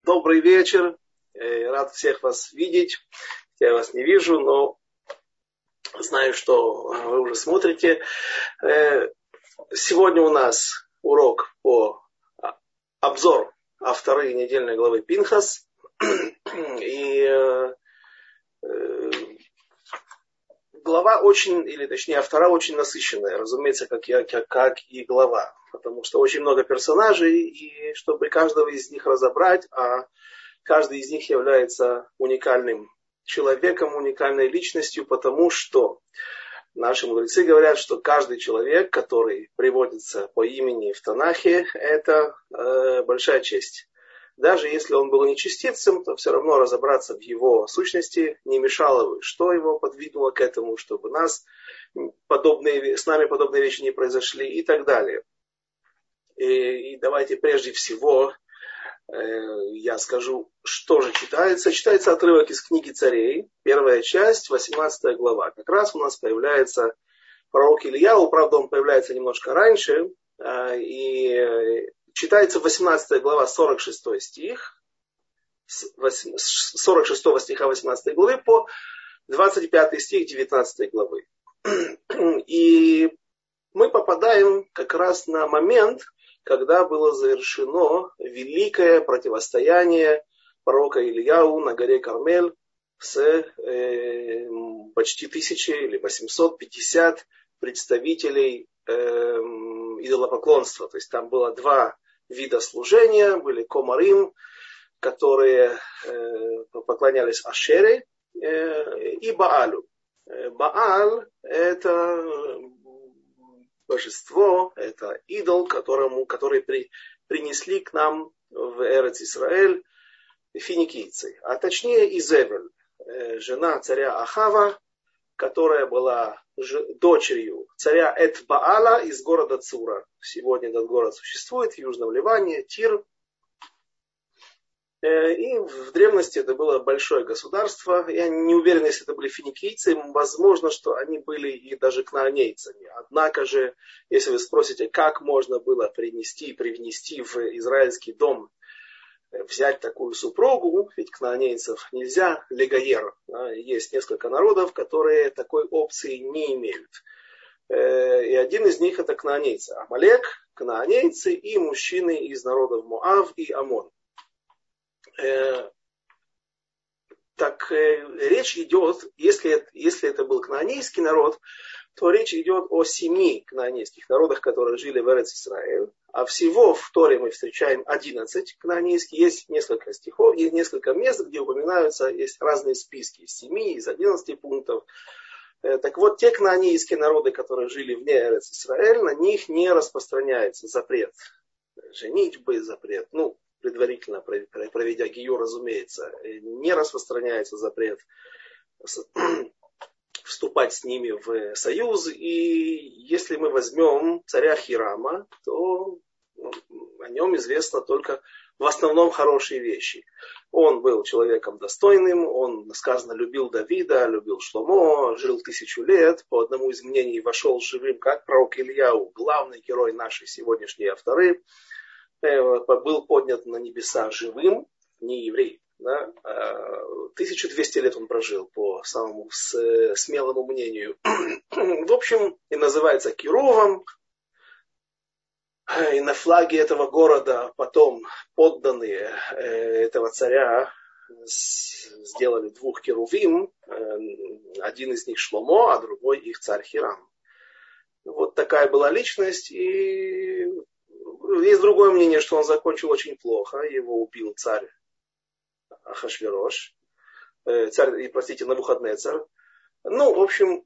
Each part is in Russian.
Добрый вечер. Рад всех вас видеть. Я вас не вижу, но знаю, что вы уже смотрите. Сегодня у нас урок по обзор второй недельной главы Пинхас. И глава очень, или точнее автора очень насыщенная, разумеется, как и глава. Потому что очень много персонажей, и чтобы каждого из них разобрать, а каждый из них является уникальным человеком, уникальной личностью, потому что наши мудрецы говорят, что каждый человек, который приводится по имени в Танахе, это большая честь. Даже если он был нечестивцем, то все равно разобраться в его сущности не мешало бы. Что его подвинуло к этому, чтобы с нами подобные вещи не произошли и так далее. И давайте прежде всего я скажу, что же читается. Читается отрывок из книги Царей, первая часть, 18 глава. Как раз у нас появляется пророк Ильяу, правда он появляется немножко раньше, и читается 18 глава, 46 стих, с 46 стиха 18 главы по 25 стих 19 главы. И мы попадаем как раз на момент, когда было завершено великое противостояние пророка Ильяу на горе Кармель с почти 1000 или 850 представителей идолопоклонства. То есть там было два вида служения, были комарим, которые поклонялись Ашере, и Баалю. Бааль – это божество, это идол, который принесли к нам в Эрец Исраэль финикийцы. А точнее Изевель, жена царя Ахава, которая была дочерью царя Эт-Баала из города Цура. Сегодня этот город существует в Южном Ливане, Тир. И в древности это было большое государство. Я не уверен, если это были финикийцы. Возможно, что они были и даже кнаанейцами. Однако же, если вы спросите, как можно было привнести в израильский дом, взять такую супругу, ведь кнаанейцев нельзя, легаер. Есть несколько народов, которые такой опции не имеют. И один из них это кнаанейцы. Амалек, кнаанейцы и мужчины из народов Моав и Амон. Так речь идет, если это был кнаанейский народ, то речь идет о 7 кнаанейских народах, которые жили в Эрец Исраэль. А всего в Торе мы встречаем 11 кнаанейских. Есть несколько стихов, есть несколько мест, где упоминаются, есть разные списки из 7, из 11 пунктов. Так вот, те кнаанейские народы, которые жили вне Эрец Исраэль, на них не распространяется запрет женитьбы, запрет, предварительно проведя гиюр, разумеется, не распространяется запрет вступать с ними в союз. И если мы возьмем царя Хирама, то о нем известно только в основном хорошие вещи. Он был человеком достойным, он, сказано, любил Давида, любил Шломо, жил 1000 лет. По одному из мнений вошел живым, как пророк Ильяу, главный герой нашей сегодняшней авторы. Был поднят на небеса живым, не еврей. Да? 1200 лет он прожил, по самому смелому мнению. В общем, и называется Кирувом. И на флаге этого города потом подданные этого царя сделали 2 керувим. Один из них Шломо, а другой их царь Хирам. Вот такая была личность. И есть другое мнение, что он закончил очень плохо. Его убил царь Ахашверош. Навуходнецар. В общем,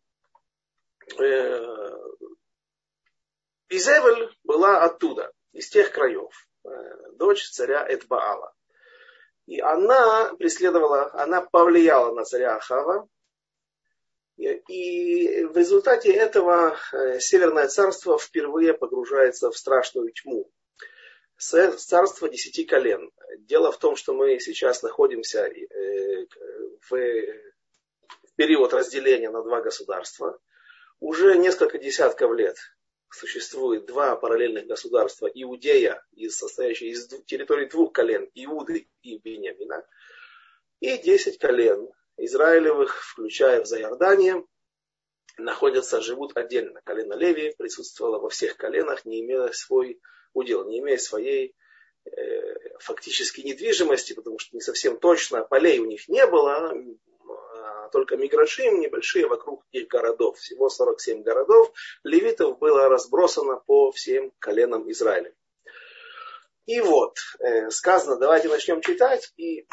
Изевель была оттуда, из тех краев. Дочь царя Эт-Баала. И она повлияла на царя Ахава. И в результате этого Северное царство впервые погружается в страшную тьму. Царство 10 колен. Дело в том, что мы сейчас находимся в период разделения на 2 государства. Уже несколько десятков лет существует два параллельных государства: Иудея, состоящая из территории двух колен, Иуды и Беньямина, и 10 колен Израилевых, включая в Зайордание, находятся, живут отдельно. Колено Леви присутствовало во всех коленах, не имея свой удел, не имея своей фактически недвижимости, потому что не совсем точно, полей у них не было, только миграшим небольшие вокруг их городов. Всего 47 городов левитов было разбросано по всем коленам Израиля. И вот, сказано, давайте начнем читать и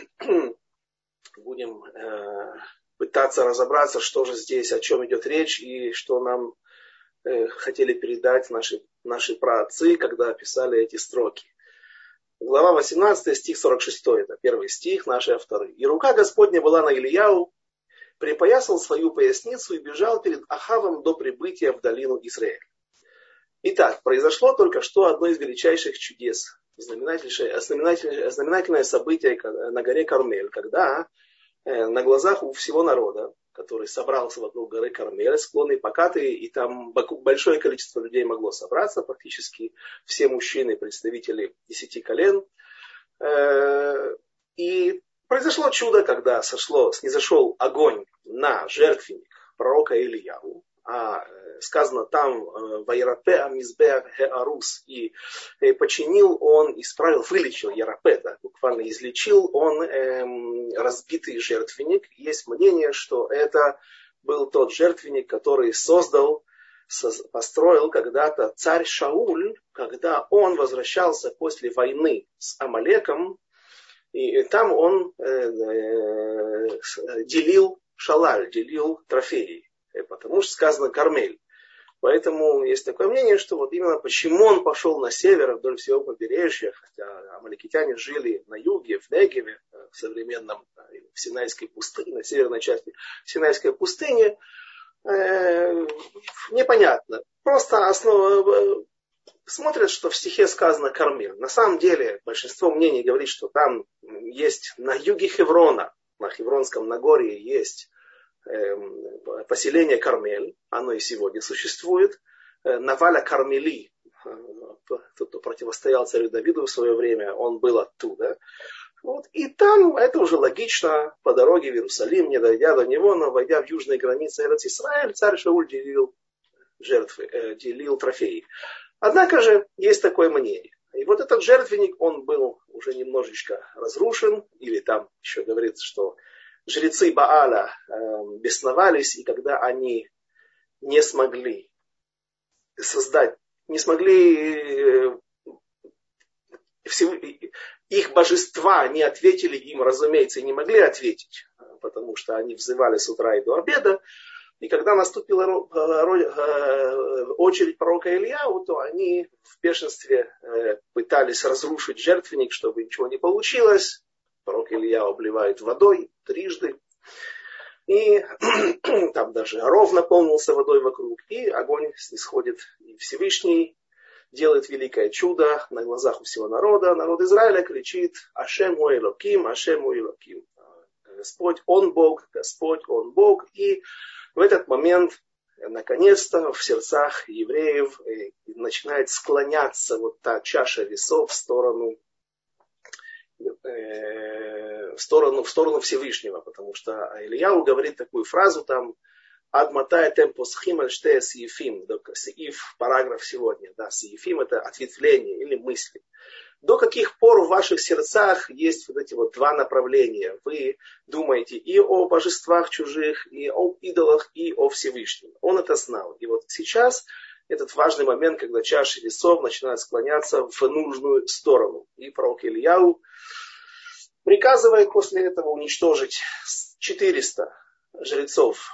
будем пытаться разобраться, что же здесь, о чем идет речь и что нам хотели передать наши праотцы, когда писали эти строки. Глава 18, стих 46, это первый стих, наши авторы. «И рука Господня была на Илияу, припоясал свою поясницу и бежал перед Ахавом до прибытия в долину Израиля». Итак, произошло только что одно из величайших чудес, знаменательное событие на горе Кармель, когда на глазах у всего народа, который собрался вокруг горы Кармель, склоны покатые, и там большое количество людей могло собраться, практически все мужчины, представители 10 колен. И произошло чудо, когда снизошел огонь на жертвенник пророка Илияу, а сказано там «Ваярапе амизбеах хеарус», и починил он, исправил, вылечил Ярапе, да, буквально излечил он разбитый жертвенник. Есть мнение, что это был тот жертвенник, который построил когда-то царь Шауль, когда он возвращался после войны с Амалеком, и там он делил шалаль, делил трофеи, потому что сказано Кармель. Поэтому есть такое мнение, что вот именно почему он пошел на север вдоль всего побережья, хотя амаликитяне жили на юге, в Негеве, в современном, в Синайской пустыне, на северной части Синайской пустыни, непонятно. Просто смотрят, что в стихе сказано Кармель. На самом деле большинство мнений говорит, что там есть на юге Хеврона, на Хевронском Нагорье есть поселение Кармель, оно и сегодня существует. Наваля Кармели, тот, кто противостоял царю Давиду в свое время, он был оттуда. Вот. И там это уже логично, по дороге в Иерусалим, не дойдя до него, но войдя в южные границы Эрец-Исраэль, царь Шауль делил делил трофеи. Однако же есть такое мнение. И вот этот жертвенник, он был уже немножечко разрушен, или там еще говорится, что жрецы Бааля бесновались, и когда они не смогли их божества не ответили им, разумеется, и не могли ответить, потому что они взывали с утра и до обеда. И когда наступила очередь пророка Илияу, то они в бешенстве пытались разрушить жертвенник, чтобы ничего не получилось. Пророк Илияу обливает водой трижды. И там даже ров наполнился водой вокруг. И огонь снисходит. И Всевышний делает великое чудо на глазах у всего народа. Народ Израиля кричит: «Ашем мой Элоким, Ашем мой Элоким». Господь, Он Бог, Господь, Он Бог. И в этот момент, наконец-то, в сердцах евреев начинает склоняться вот та чаша весов в сторону Всевышнего. Потому что Илияу говорит такую фразу там: «Адматай темпосхим альштея сиефим». Сиеф, параграф сегодня. Да, сиефим — это ответвление или мысли. До каких пор в ваших сердцах есть вот эти вот два направления? Вы думаете и о божествах чужих, и о идолах, и о Всевышнем. Он это знал. И вот сейчас этот важный момент, когда чаши весов начинают склоняться в нужную сторону. И пророк Илияу приказывает после этого уничтожить 400 жрецов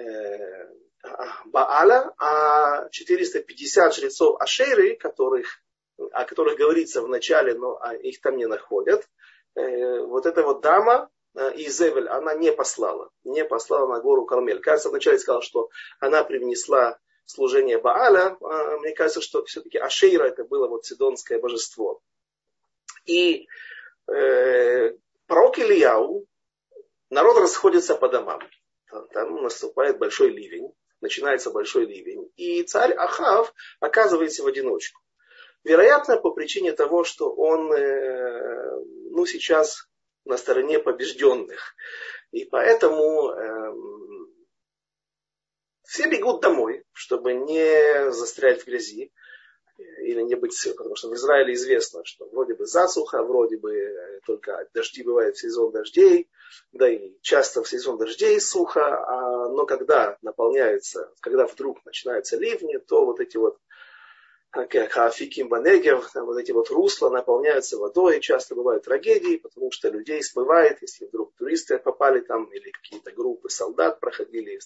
Бааля, а 450 жрецов Ашеры, о которых говорится в начале, но их там не находят. Вот эта вот дама Изевель, она не послала на гору Кармель. Кажется, вначале сказал, что она привнесла служение Бааля. Мне кажется, что все-таки Ашейра это было вот сидонское божество. И пророк Илияу, народ расходится по домам. Там наступает большой ливень. начинается большой ливень. И царь Ахав оказывается в одиночку. Вероятно, по причине того, что он сейчас на стороне побежденных. И поэтому все бегут домой, чтобы не застрять в грязи или не быть сыр. Потому что в Израиле известно, что вроде бы засуха, вроде бы только дожди бывают в сезон дождей, да и часто в сезон дождей сухо, но когда вдруг начинаются ливни, то вот эти вот как Афиким Банегев, вот эти вот русла наполняются водой, часто бывают трагедии, потому что людей смывает, если вдруг туристы попали там, или какие-то группы солдат проходили,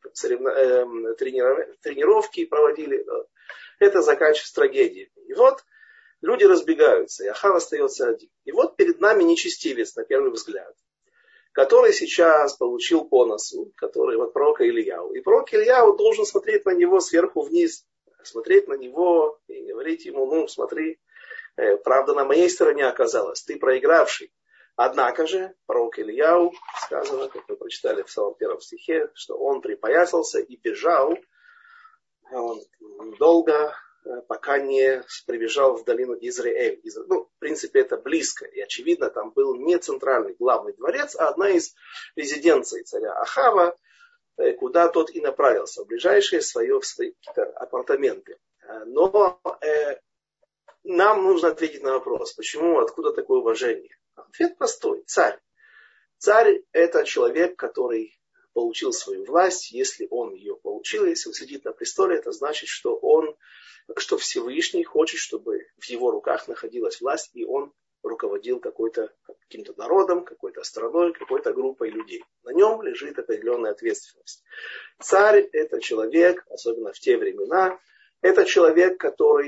тренировки проводили, это заканчивается трагедией. И вот люди разбегаются, и Ахав остается один. И вот перед нами нечестивец, на первый взгляд, который сейчас получил по носу, который вот пророк Ильяу. И пророк Ильяу должен смотреть на него сверху вниз, смотреть на него и говорить ему, смотри, правда на моей стороне оказалась, ты проигравший. Однако же, пророк Ильяу, сказано, как мы прочитали в самом первом стихе, что он припоясался и бежал он долго, пока не прибежал в долину Израиль. В принципе, это близко. И, очевидно, там был не центральный главный дворец, а одна из резиденций царя Ахава, куда тот и направился, в ближайшие свои апартаменты. Но нам нужно ответить на вопрос, почему, откуда такое уважение. Ответ простой. Царь. Царь – это человек, который получил свою власть. Если он ее получил, если он сидит на престоле, это значит, что Всевышний хочет, чтобы в его руках находилась власть, и он руководил каким-то народом, какой-то страной, какой-то группой людей. На нем лежит определенная ответственность. Царь – это человек, особенно в те времена, это человек, который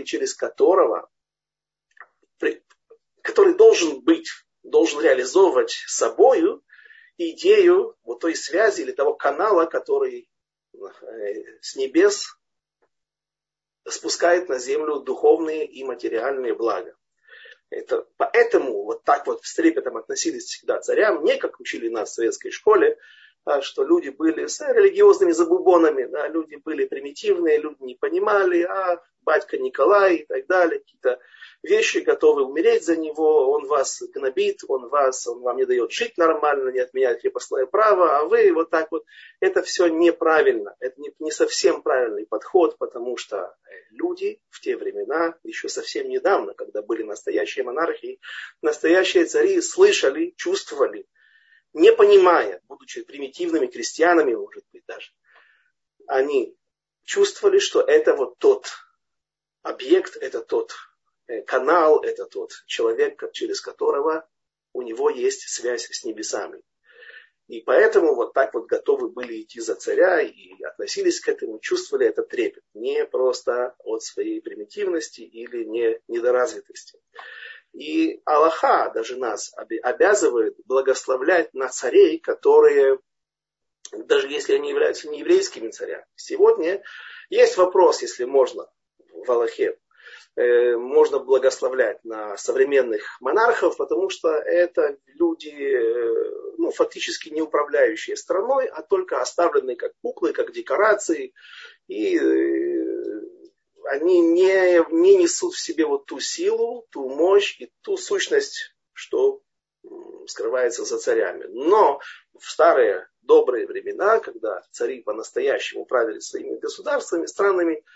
должен реализовывать собою идею вот той связи или того канала, который с небес спускает на землю духовные и материальные блага. Поэтому вот так вот с трепетом относились всегда к царям, не как учили нас в советской школе, что люди были с религиозными забубонами, люди были примитивные, люди не понимали, батька Николай и так далее, какие-то вещи, готовы умереть за него, он вас гнобит, он вам не дает жить нормально, не отменяет крепостное право, а вы вот так вот. Это все неправильно, это не совсем правильный подход, потому что люди в те времена, еще совсем недавно, когда были настоящие монархии, настоящие цари слышали, чувствовали, не понимая, будучи примитивными крестьянами, может быть даже, они чувствовали, что это вот тот объект, это тот канал, это тот человек, через которого у него есть связь с небесами. И поэтому вот так вот готовы были идти за царя и относились к этому, чувствовали этот трепет. Не просто от своей примитивности или недоразвитости. И Аллаха даже нас обязывает благословлять на царей, которые, даже если они являются не еврейскими царями. Сегодня есть вопрос, если можно, в Аллахе, можно благословлять на современных монархов, потому что это люди, фактически не управляющие страной, а только оставленные как куклы, как декорации. И они не несут в себе вот ту силу, ту мощь и ту сущность, что скрывается за царями. Но в старые добрые времена, когда цари по-настоящему правили своими государствами, странами,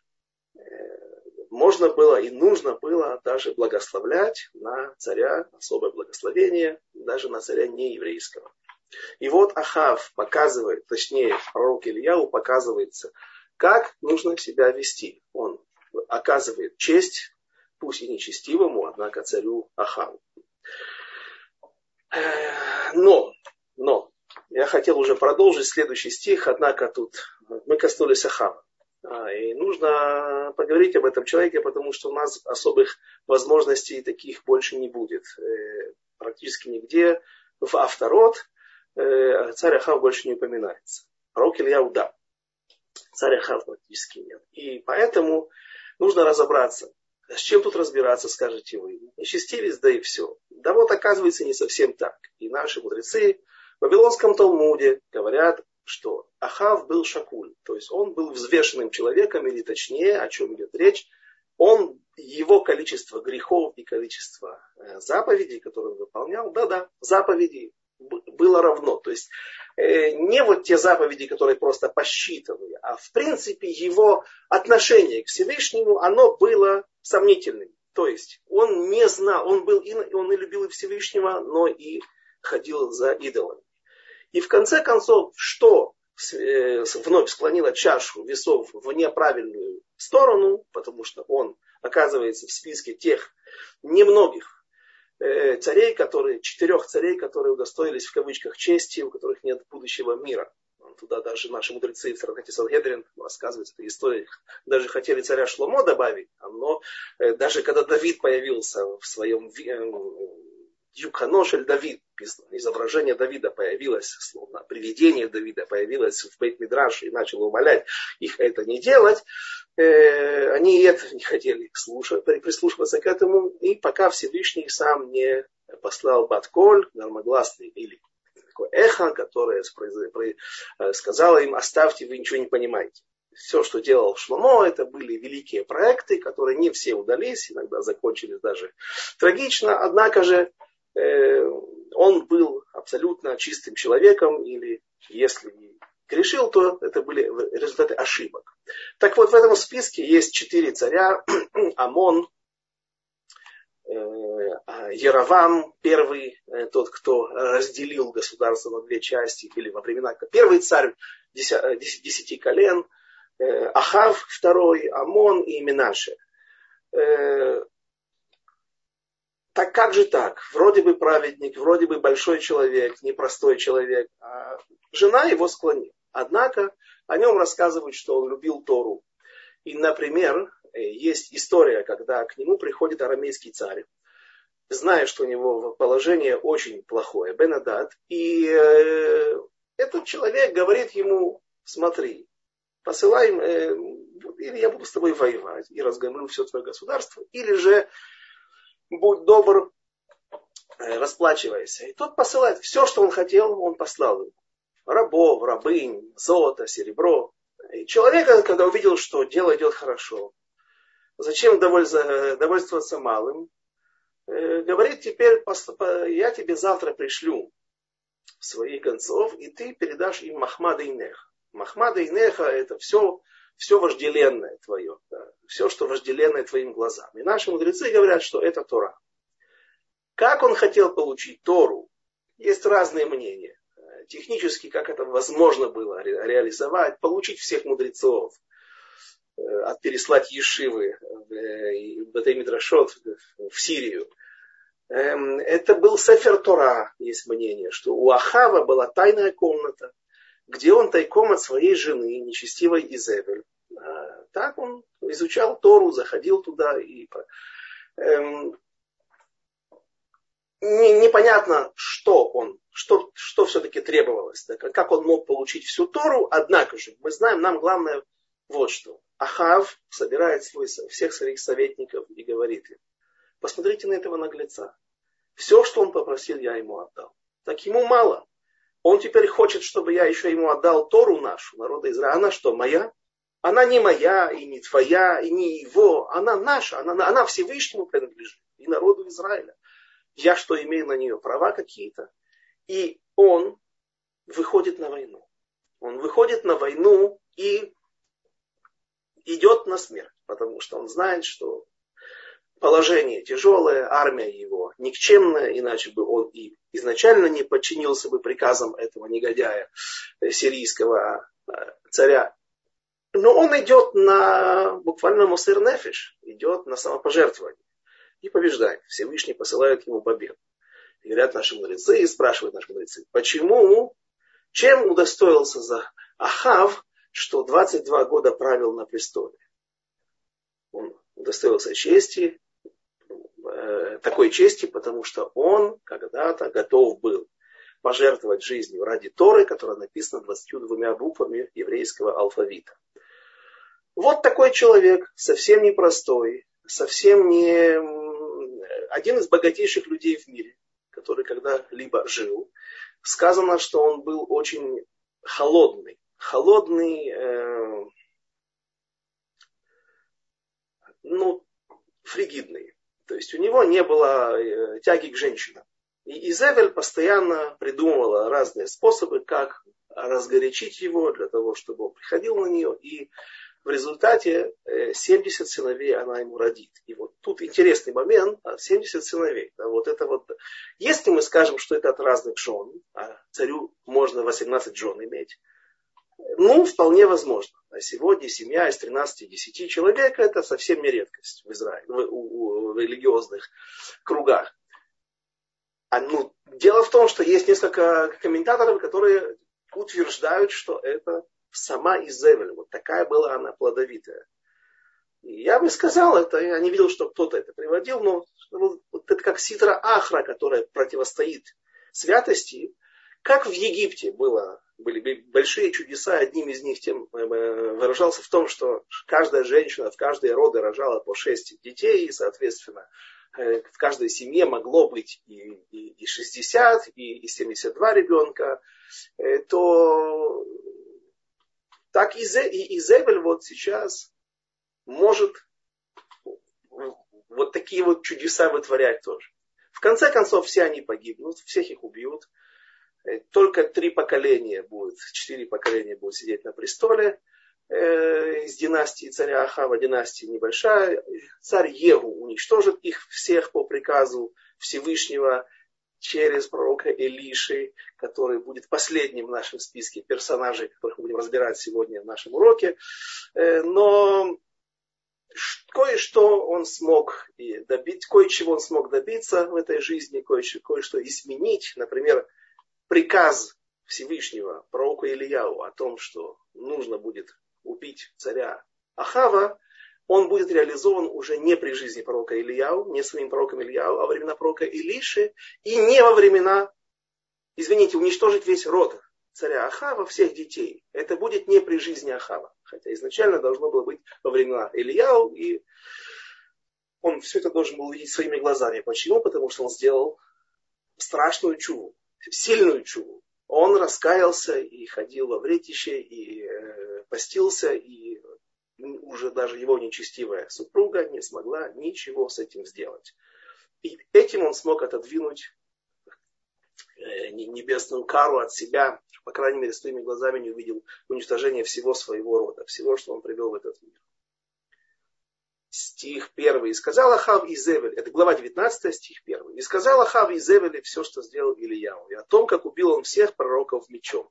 можно было и нужно было даже благословлять на царя, особое благословение, даже на царя нееврейского. И вот Ахав показывает, точнее пророк Ильяу показывается, как нужно себя вести. Он оказывает честь, пусть и нечестивому, однако царю Ахаву. Но, я хотел уже продолжить следующий стих, однако тут мы коснулись Ахава. И нужно поговорить об этом человеке, потому что у нас особых возможностей таких больше не будет. Практически нигде в Авторот царь Ахав больше не упоминается. Пророк Ильяу, да. Царь Ахав практически нет. И поэтому нужно разобраться. С чем тут разбираться, скажете вы? Нечестивец, да и все. Да вот оказывается не совсем так. И наши мудрецы в Вавилонском Талмуде говорят что Ахав был шакуль, то есть он был взвешенным человеком, или точнее, о чем идет речь, его количество грехов и количество заповедей, которые он выполнял, заповедей было равно. То есть не вот те заповеди, которые просто посчитаны, а в принципе его отношение к Всевышнему, оно было сомнительным. То есть он не знал, он и любил и Всевышнего, но и ходил за идолами. И в конце концов, что вновь склонило чашу весов в неправильную сторону, потому что он оказывается в списке тех немногих царей, 4 царей, которые удостоились в кавычках чести, у которых нет будущего мира. Туда даже наши мудрецы в трактате Сангедрин рассказывают эту историю. Даже хотели царя Шломо добавить, но даже когда Давид появился в своем Юбханошель Давид, изображение Давида появилось, словно привидение Давида появилось в Бейт-Мидраше и начало умолять их это не делать. Они это не хотели прислушиваться к этому, и пока Всевышний сам не послал Бат-Коль, громогласный или такое эхо, которое сказало им: оставьте, вы ничего не понимаете. Все, что делал Шломо, это были великие проекты, которые не все удались, иногда закончились даже трагично, однако же он был абсолютно чистым человеком, или если не грешил, то это были результаты ошибок. Так вот, в этом списке есть 4 царя: Амон, Яровам, первый, тот, кто разделил государство на 2 части, или во времена, первый царь 10 колен, Ахав второй, Амон и Менаше. Так как же так? Вроде бы праведник, вроде бы большой человек, непростой человек, а жена его склонила. Однако о нем рассказывают, что он любил Тору. И, например, есть история, когда к нему приходит арамейский царь, зная, что у него положение очень плохое, Бен-Адад, и этот человек говорит ему: смотри, посылай, или я буду с тобой воевать и разгромлю все твое государство, или же будь добр, расплачивайся. И тот посылает все, что он хотел, он послал ему. Рабов, рабынь, золото, серебро. И человек, когда увидел, что дело идет хорошо, зачем довольствоваться малым, говорит: теперь я тебе завтра пришлю своих гонцов, и ты передашь им Махмада и Неха. Махмада и Неха — это все вожделенное твое, да, все, что вожделенное твоим глазам. И наши мудрецы говорят, что это Тора. Как он хотел получить Тору, есть разные мнения. Технически, как это возможно было реализовать, получить всех мудрецов, переслать ешивы в Бетей-Мидрашот в Сирию. Это был Сефер Тора, есть мнение, что у Ахава была тайная комната, где он тайком от своей жены, нечестивой Изевель. Так он изучал Тору, заходил туда. И непонятно, что все-таки требовалось. Да, как он мог получить всю Тору, однако же, мы знаем, нам главное вот что. Ахав собирает всех своих советников и говорит им: посмотрите на этого наглеца. Все, что он попросил, я ему отдал. Так ему мало. Он теперь хочет, чтобы я еще ему отдал Тору нашу, народа Израиля. Она что, моя? Она не моя, и не твоя, и не его. Она наша, она Всевышнему принадлежит, и народу Израиля. Я что, имею на нее права какие-то? И он выходит на войну. Он выходит на войну и идет на смерть, потому что он знает, что положение тяжелое, армия его никчемная, иначе бы он и изначально не подчинился бы приказам этого негодяя, сирийского царя. Но он идет буквально мусыр нефиш, идет на самопожертвование и побеждает. Всевышний посылает ему победу. И говорят наши мудрецы, и спрашивают наши мудрецы: чем удостоился Ахав, что 22 года правил на престоле? Он удостоился чести, такой чести, потому что он когда-то готов был пожертвовать жизнью ради Торы, которая написана 22 буквами еврейского алфавита. Вот такой человек, совсем непростой, совсем не один из богатейших людей в мире, который когда-либо жил. Сказано, что он был очень холодный, фригидный. То есть у него не было тяги к женщинам. И Изавель постоянно придумывала разные способы, как разгорячить его, для того, чтобы он приходил на нее. И в результате 70 сыновей она ему родит. И вот тут интересный момент, 70 сыновей. Да, вот это вот, если мы скажем, что это от разных жен, а царю можно 18 жен иметь, вполне возможно. А сегодня семья из 13-10 человек это совсем не редкость в Израиле, в религиозных кругах. Дело в том, что есть несколько комментаторов, которые утверждают, что это сама Изавель. Вот такая была она плодовитая. И я бы сказал, это я не видел, что кто-то это приводил, но вот это как ситра Ахра, которая противостоит святости. Как в Египте были большие чудеса, одним из них тем выражался в том, что каждая женщина в каждой роды рожала по 6 детей, и, соответственно, в каждой семье могло быть и 60, и 72 ребенка, то так и Изавель вот сейчас может вот такие вот чудеса вытворять тоже. В конце концов, все они погибнут, всех их убьют. Только 4 поколения будут сидеть на престоле из династии царя Ахава, династия небольшая. Царь Егу уничтожит их всех по приказу Всевышнего через пророка Элиши, который будет последним в нашем списке персонажей, которых мы будем разбирать сегодня в нашем уроке. Но кое-что он смог кое-чего он смог добиться в этой жизни, кое-что изменить. Например, приказ Всевышнего пророку Илияу о том, что нужно будет убить царя Ахава, он будет реализован уже не при жизни пророка Илияу, не самим пророком Илияу, а во времена пророка Илиши, и не во времена, уничтожить весь род царя Ахава, всех детей. Это будет не при жизни Ахава, хотя изначально должно было быть во времена Илияу, и он все это должен был видеть своими глазами. Почему? Потому что он сделал страшную чуву, сильную чуву. Он раскаялся и ходил во вретище, и постился, и уже даже его нечестивая супруга не смогла ничего с этим сделать. И этим он смог отодвинуть небесную кару от себя, по крайней мере, своими глазами не увидел уничтожение всего своего рода, всего, что он привел в этот мир. Стих 1. «И сказал Ахав Изавель», это глава 19, стих 1. «И сказал Ахав Изавель все, что сделал Илияу, и о том, как убил он всех пророков мечом.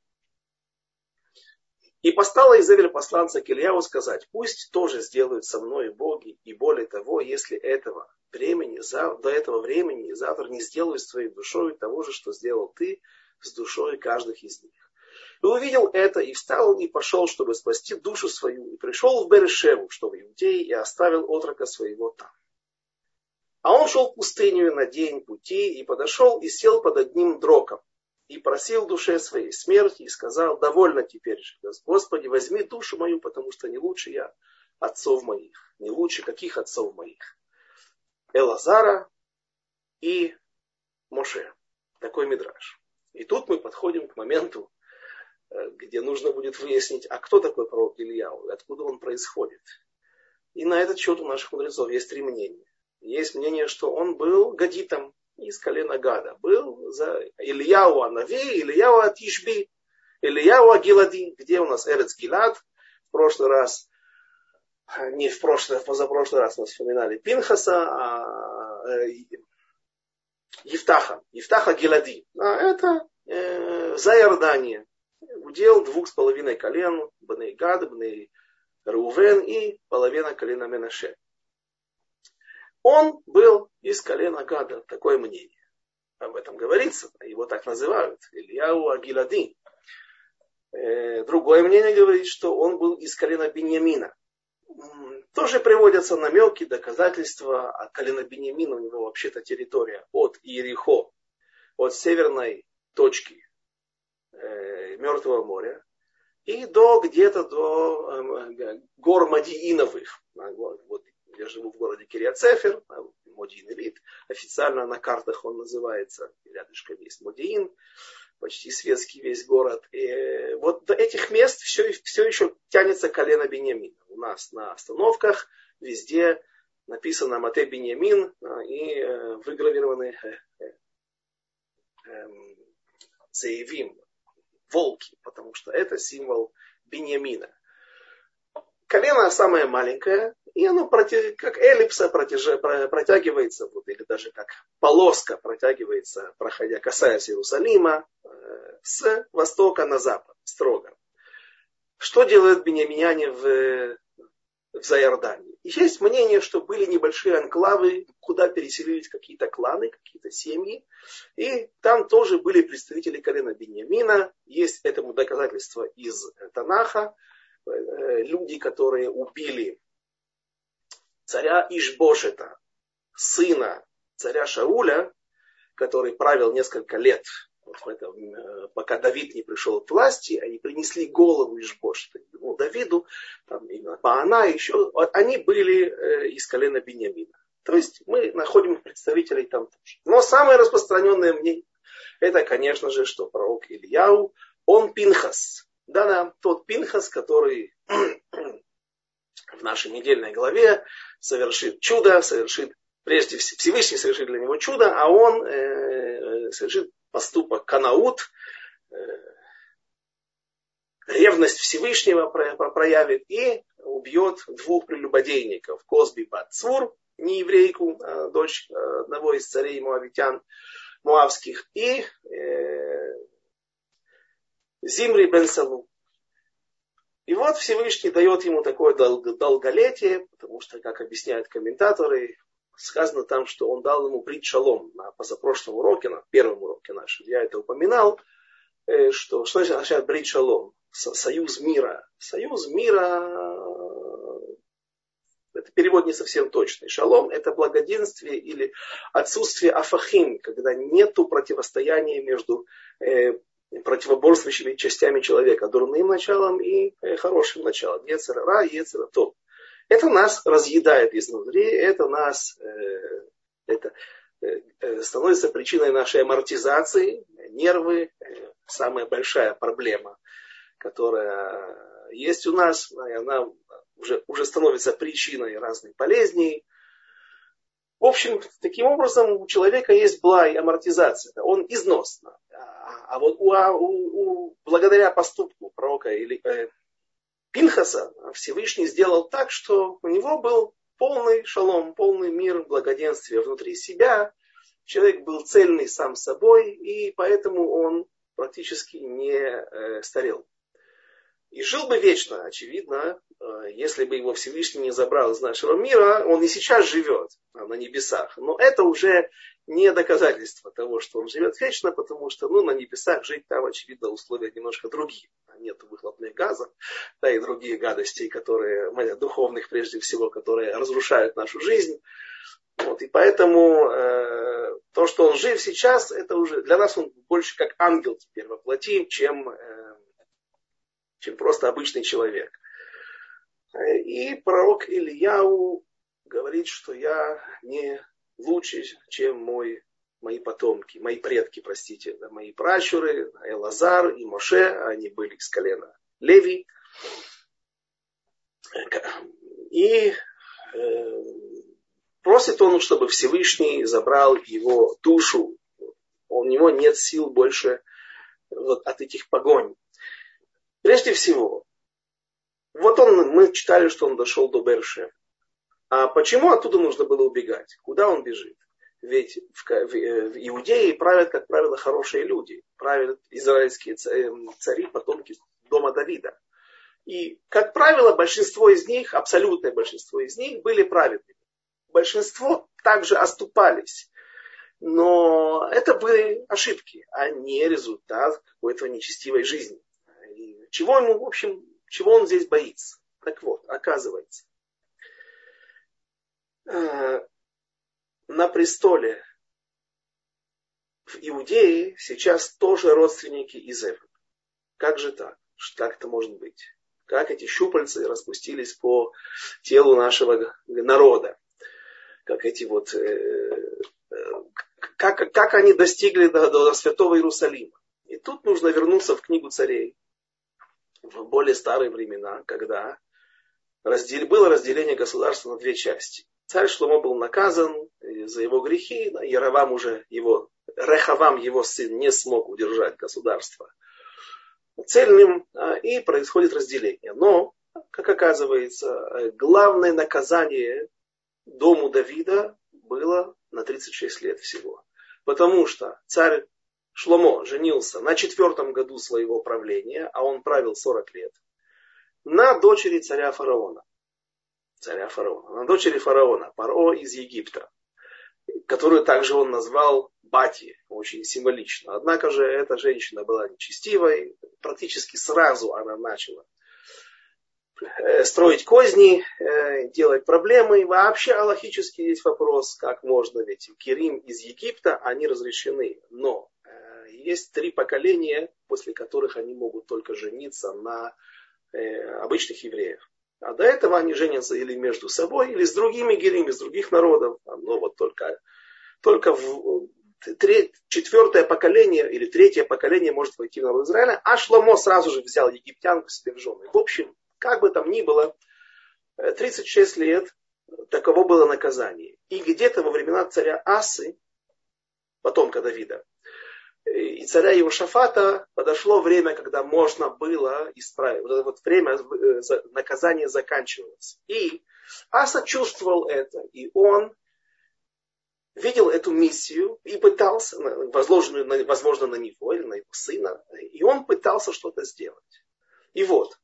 И послала Изавель посланца к Илияу сказать: пусть тоже сделают со мной боги, и более того, если до этого времени завтра не сделаю с твоей душой того же, что сделал ты с душой каждых из них. И увидел это, и встал он, и пошел, чтобы спасти душу свою, и пришел в Берешеву, что в Иудее, и оставил отрока своего там. А он шел пустынью на день пути, и подошел, и сел под одним дроком, и просил душе своей смерти, и сказал: довольно теперь же, Господи, возьми душу мою, потому что не лучше я отцов моих, не лучше каких отцов моих? Элазара и Моше. Такой мидраш. И тут мы подходим к моменту, где нужно будет выяснить, а кто такой пророк Илияу, и откуда он происходит. И на этот счет у наших мудрецов есть 3 мнения. Есть мнение, что он был гадитом из колена Гада. Был за Илияу Анави, Илияу Атишби, Илияу Агилади. Где у нас Эрец Гилад? В прошлый раз, позапрошлый раз мы вспоминали Пинхаса, Ефтаха Гилади. Это за Иордания. Удел 2,5 колен, Бней Гад, Бней Рувен и половина колена Менаше. Он был из колена Гада, такое мнение. Об этом говорится, его так называют, Илияу Агилади. Другое мнение говорит, что он был из колена Биньямина. Тоже приводятся намеки, доказательства. От колена Биньямина у него вообще-то территория от Иерихо, от северной точки Мертвого моря, и где-то до гор Модииновых. Вот я живу в городе Кириат-Сефер, Модиин-Элит. Официально на картах он называется, рядышком есть Модиин. почти светский весь город. И вот до этих мест все еще тянется колено Биньямина. У нас на остановках везде написано Мате Биньямин и выгравированы заявим, волки, потому что это символ Биньямина. Колено самое маленькое, и оно как эллипса протягивается, вот, или даже как полоска протягивается, касаясь Иерусалима, с востока на запад, строго. Что делают биньяминяне в Зайордании? И есть мнение, что были небольшие анклавы, куда переселились какие-то кланы, какие-то семьи, и там тоже были представители колена Биньямина. Есть этому доказательство из Танаха. Люди, которые убили царя Ишбошета, сына царя Шауля, который правил несколько лет, вот в этом, пока Давид не пришел к власти, они принесли голову Ишбошета, Давиду, там, именно Баана, еще, они были из колена Биньямина. То есть мы находим представителей там тоже. Но самое распространенное мнение, это, конечно же, что пророк Ильяу, он Пинхас. Да-да, тот Пинхас, который в нашей недельной главе совершит чудо, прежде всего Всевышний совершит для него чудо, а он совершит поступок канаут, ревность Всевышнего проявит и убьет двух прелюбодейников, Козби бат Цвур, нееврейку, дочь одного из царей моавитян, моавских, и Зимри бен Салу. И вот Всевышний дает ему такое долголетие, потому что, как объясняют комментаторы, сказано там, что он дал ему брит шалом на позапрошлом уроке, на первом уроке нашем. Я это упоминал, что означает брит шалом? Союз мира. Союз мира, это перевод не совсем точный. Шалом — это благоденствие или отсутствие афахим, когда нету противостояния между противоборствующими частями человека, дурным началом и хорошим началом. Йецер ара, йецер тов. Это нас разъедает изнутри, это становится причиной нашей амортизации, нервы, самая большая проблема, которая есть у нас, и она уже становится причиной разных болезней. В общем, таким образом у человека есть блай, амортизация, он износна. А вот благодаря поступку пророка Пинхаса Всевышний сделал так, что у него был полный шалом, полный мир, благоденствие внутри себя. Человек был цельный сам собой, и поэтому он практически не старел. И жил бы вечно, очевидно, если бы его Всевышний не забрал из нашего мира, он и сейчас живет на небесах. Но это уже не доказательство того, что он живет вечно, потому что на небесах жить там, очевидно, условия немножко другие. Нет выхлопных газов, да и другие гадостей, духовных прежде всего, которые разрушают нашу жизнь. Вот, и поэтому то, что он жив сейчас, это уже для нас он больше как ангел теперь воплоти, чем просто обычный человек. И пророк Ильяу говорит, что я не лучше, чем мои потомки, мои предки, простите, мои пращуры, Элазар и Моше, они были из колена Леви. И просит он, чтобы Всевышний забрал его душу. У него нет сил больше от этих погонь. Прежде всего, мы читали, что он дошел до Бер-Шева. А почему оттуда нужно было убегать? Куда он бежит? Ведь в Иудее правят, как правило, хорошие люди. Правят израильские цари, потомки дома Давида. И, как правило, большинство из них, абсолютное большинство из них были праведными. Большинство также оступались. Но это были ошибки, а не результат какой-то нечестивой жизни. И чего он здесь боится? Так вот, оказывается, на престоле в Иудее сейчас тоже родственники Изевы. Как же так? Как это может быть? Как эти щупальцы распустились по телу нашего народа? Как как они достигли до святого Иерусалима? И тут нужно вернуться в книгу царей, в более старые времена, когда было разделение государства на две части. Царь Шломо был наказан за его грехи, Рехавам, его сын, не смог удержать государство цельным, и происходит разделение. Но, как оказывается, главное наказание дому Давида было на 36 лет всего. Потому что царь Шломо женился на 4-м году своего правления, а он правил 40 лет, на дочери царя фараона, на дочери фараона, Паро из Египта, которую также он назвал Бати, очень символично. Однако же эта женщина была нечестивой, практически сразу она начала строить козни, делать проблемы. И вообще аллахически есть вопрос, как можно, ведь Керим из Египта, они разрешены, но есть 3 поколения, после которых они могут только жениться на обычных евреев. А до этого они женятся или между собой, или с другими герим, из других народов. Но вот только в 4-е поколение или 3-е поколение может войти в народ Израиля, а Шломо сразу же взял египтянку себе в жены. В общем, как бы там ни было, 36 лет таково было наказание. И где-то во времена царя Асы, потомка Давида, и царя Иошафата подошло время, когда можно было исправить. Вот это вот время наказания заканчивалось. И Аса чувствовал это, и он видел эту миссию и пытался, возложенную, возможно, на него или на его сына, и он пытался что-то сделать. И вот,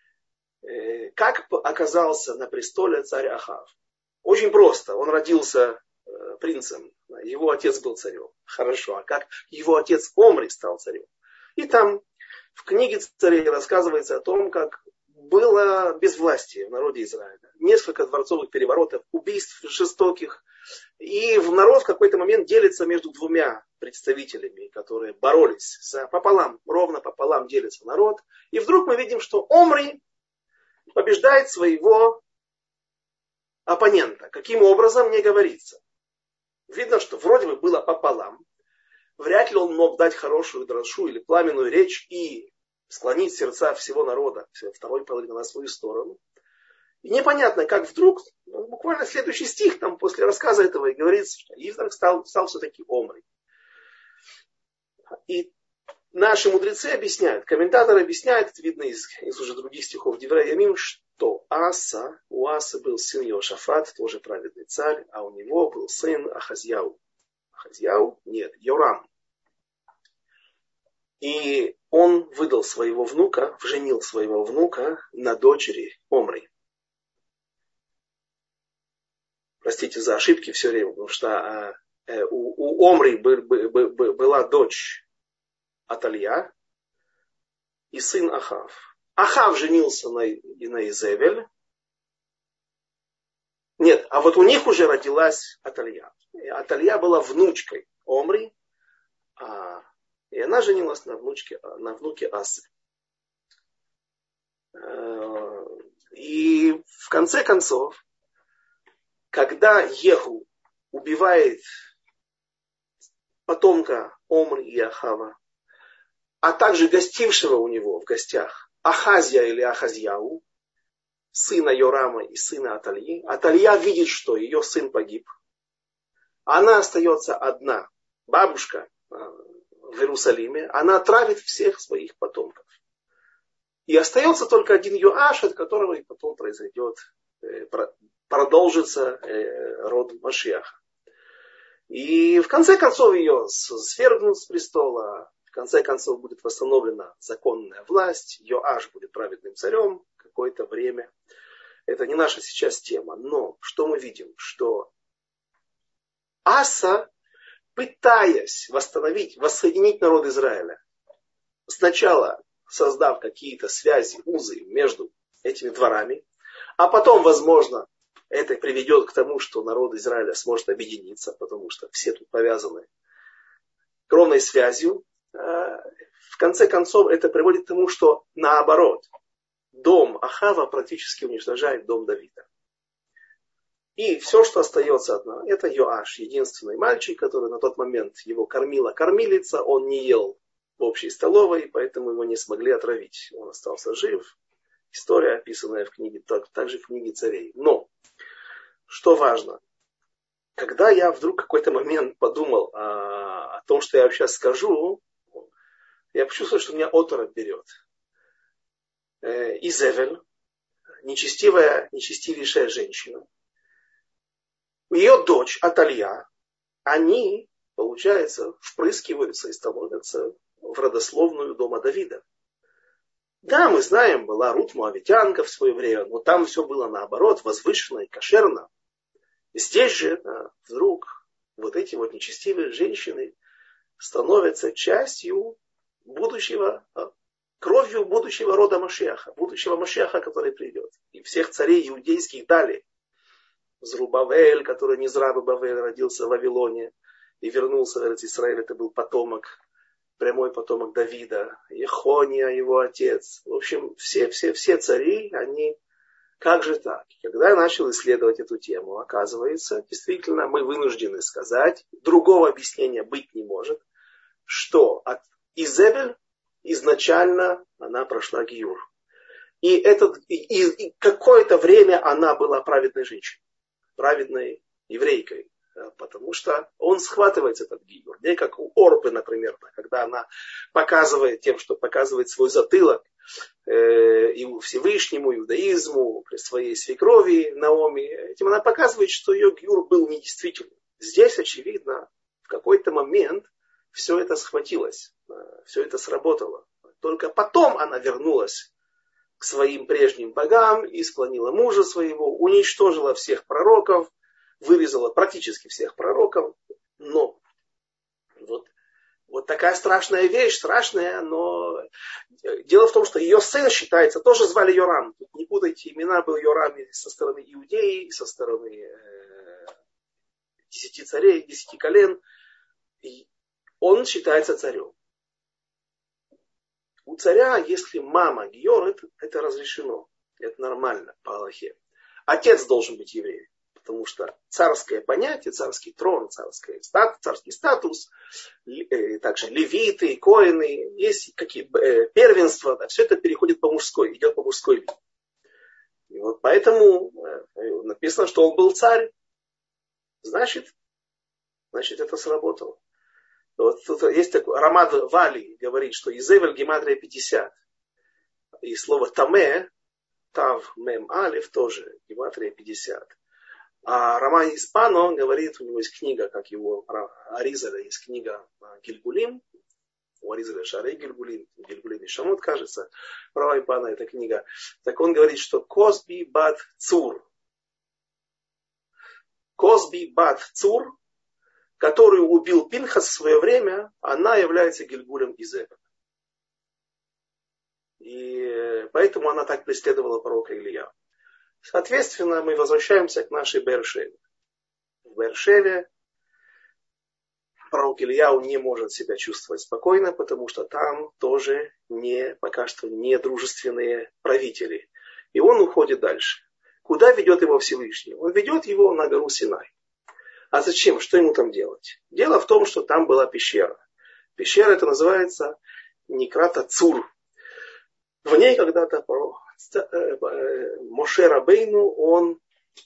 как оказался на престоле царь Ахав? Очень просто. Он родился принцем. Его отец был царем. Хорошо. А как его отец Омри стал царем? И там в книге царей рассказывается о том, как было безвластие в народе Израиля. Несколько дворцовых переворотов, убийств жестоких. И народ в какой-то момент делится между 2 представителями, которые боролись пополам, ровно пополам делится народ. И вдруг мы видим, что Омри побеждает своего оппонента. Каким образом, не говорится. Видно, что вроде бы было пополам. Вряд ли он мог дать хорошую дрошу или пламенную речь и склонить сердца всего народа, второй половины на свою сторону. И непонятно, как вдруг, буквально следующий стих, там после рассказа этого и говорится, что Ивдах стал все-таки Омри. И наши мудрецы объясняют, комментаторы объясняют, это видно из уже других стихов Деврей Ямим, что у Асы был сын Иошафат, тоже праведный царь, а у него был сын Ахазьяу. Йорам. И он женил своего внука на дочери Омри. Простите за ошибки все время, потому что у Омри была дочь Аталья и сын Ахав. Ахав женился на Изевель. Нет, а вот у них уже родилась Аталья. Аталья была внучкой Омри, и она женилась на внуке Асы. И в конце концов, когда Еху убивает потомка Омри и Ахава, а также гостившего у него в гостях Ахазья или Ахазьяу, сына Йорама и сына Атальи, Аталья видит, что ее сын погиб. Она остается одна, бабушка в Иерусалиме, она травит всех своих потомков. И остается только один Йоаш, от которого и потом продолжится род Машиаха. И в конце концов ее свергнут с престола, в конце концов будет восстановлена законная власть, Йоаш будет праведным царем какое-то время. Это не наша сейчас тема, но что мы видим? Что Аса, пытаясь воссоединить народ Израиля, сначала создав какие-то связи, узы между этими дворами, а потом, возможно, это приведет к тому, что народ Израиля сможет объединиться, потому что все тут повязаны кровной связью. В конце концов, это приводит к тому, что наоборот, дом Ахава практически уничтожает дом Давида. И все, что остается одно, это Йоаш, единственный мальчик, который на тот момент его кормила кормилица, он не ел в общей столовой, поэтому его не смогли отравить. Он остался жив. История, описанная в книге, также в книге царей. Но, что важно, когда я вдруг в какой-то момент подумал о том, что я вам сейчас скажу, я почувствовал, что меня оторопь берет. Изевель, нечестивейшая женщина, ее дочь Аталья, они, получается, впрыскиваются и становятся в родословную дома Давида. Да, мы знаем, была Рут Моавитянка в свое время, но там все было наоборот, возвышенно и кошерно. Здесь же вдруг вот эти вот нечестивые женщины становятся частью будущего, кровью будущего рода Машиаха, будущего Машиаха, который придет. И всех царей иудейских дали. Зрубавель, который не Зрабабавель, родился в Вавилоне и вернулся в Израиль, это был потомок, прямой потомок Давида. Ехония, его отец. В общем, все цари, они... Как же так? Когда я начал исследовать эту тему, оказывается, действительно, мы вынуждены сказать, другого объяснения быть не может, что от Изевель изначально она прошла гиюр. И какое-то время она была праведной женщиной, праведной еврейкой, потому что он схватывается этот гиюр. Не как у Орпы, например, когда она показывает тем, что показывает свой затылок, и Всевышнему, иудаизму, при своей свекрови Наоми. Этим она показывает, что ее гиюр был недействительным. Здесь, очевидно, в какой-то момент все это схватилось, все это сработало. Только потом она вернулась к своим прежним богам и склонила мужа своего, уничтожила всех пророков, вырезала практически всех пророков. Но вот такая страшная вещь, страшная, но дело в том, что ее сын считается, тоже звали Йорам. Тут не путайте, имена был Йорам со стороны Иудеи, со стороны 10 царей, 10 колен. И он считается царем. У царя, если мама гиор, это разрешено. Это нормально по Аллахе. Отец должен быть евреем. Потому что царское понятие, царский трон, царский статус, также левиты, коины, есть какие первенства, да, все это переходит по мужской, идет по мужской линии. И вот поэтому написано, что он был царь. Значит, это сработало. Вот тут есть такой, Рамад Вали говорит, что Изевель гематрия 50. И слово таме, тав, мем, алиф тоже гематрия 50. А Роман Испано говорит, у него есть книга, как его Аризаля, есть книга Гильгулим, у Аризаля Шарей Гильгулим, Гильгулим и Шамот, кажется, Роман Испано эта книга. Так он говорит, что Косби бат Цур, который убил Пинхас в свое время, она является Гильгулем Изевель. И поэтому она так преследовала пророка Илия. Соответственно, мы возвращаемся к нашей Беэр-Шеве. В Беэр-Шеве пророк Ильяу не может себя чувствовать спокойно, потому что там тоже пока что не дружественные правители. И он уходит дальше. Куда ведет его Всевышний? Он ведет его на гору Синай. А зачем? Что ему там делать? Дело в том, что там была пещера. Пещера это называется Некрата Цур. В ней когда-то Моше Рабейну, он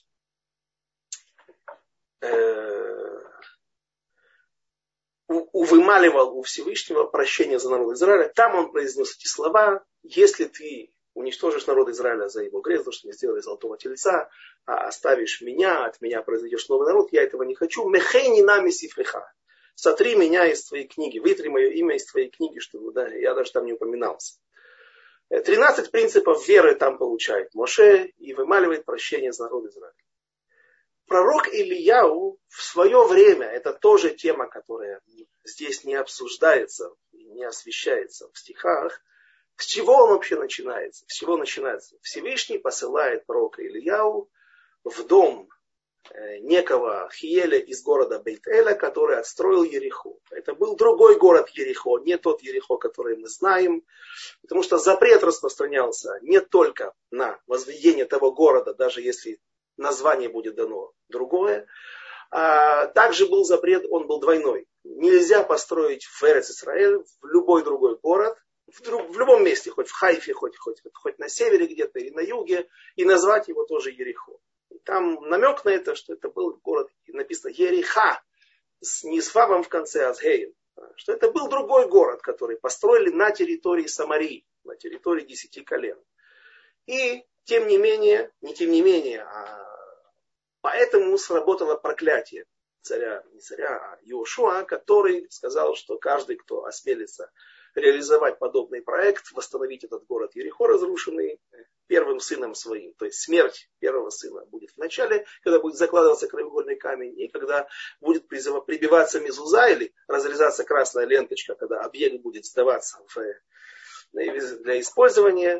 вымаливал у Всевышнего прощение за народ Израиля. Там он произнес эти слова: если ты уничтожишь народ Израиля за его грех, за то, что не сделали золотого тельца, а оставишь меня, от меня произойдешь новый народ, я этого не хочу. Мехейни нами сифлиха. Сотри меня из твоей книги, вытри мое имя из твоей книги, чтобы я даже там не упоминался. 13 принципов веры там получает Моше и вымаливает прощение за народ Израиля. Пророк Илияу в свое время, это тоже тема, которая здесь не обсуждается, не освещается в стихах. С чего он вообще начинается? С чего начинается? Всевышний посылает пророка Илияу в дом некого Хиеля из города Бейт-Эля, который отстроил Ерихо. Это был другой город Ерихо, не тот Ерихо, который мы знаем, потому что запрет распространялся не только на возведение того города, даже если название будет дано другое, Также был запрет, он был двойной. Нельзя построить в Эрец-Исраэль, в любой другой город, в любом месте, хоть в Хайфе, хоть на севере где-то и на юге, и назвать его тоже Ерихо. Там намек на это, что это был город, написано Ериха, не с Фавом в конце, а с Геем. Что это был другой город, который построили на территории Самарии, на территории 10 колен. И тем не менее, поэтому сработало проклятие не царя, а Иошуа, который сказал, что каждый, кто осмелится реализовать подобный проект, восстановить этот город Ерихо разрушенный, первым сыном своим. То есть смерть первого сына будет в начале, когда будет закладываться краеугольный камень, и когда будет прибиваться мезуза или разрезаться красная ленточка, когда объект будет сдаваться для использования,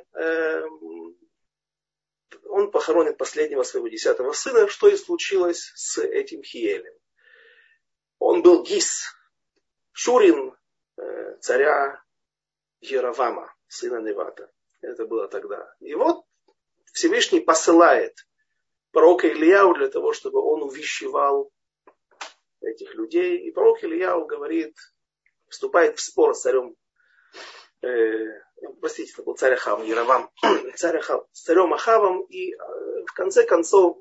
он похоронит последнего своего 10-го сына, что и случилось с этим Хиелем. Он был Гис, Шурин царя Яровама, сына Невата. Это было тогда. И вот Всевышний посылает пророка Илияу для того, чтобы он увещевал этих людей. И пророк Илияу говорит, вступает в спор с царем, простите, это был царь Ахав, Яровам, с царем Ахавом. И в конце концов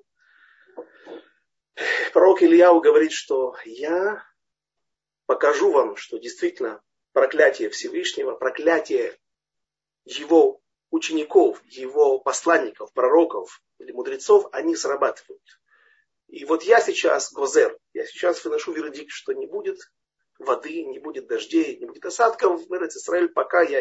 пророк Илияу говорит, что я покажу вам, что действительно проклятие Всевышнего, проклятие его учеников, его посланников, пророков или мудрецов, они срабатывают. И вот я сейчас, Гозер, я сейчас выношу вердикт, что не будет воды, не будет дождей, не будет осадков в Эрец-Исраэль, пока я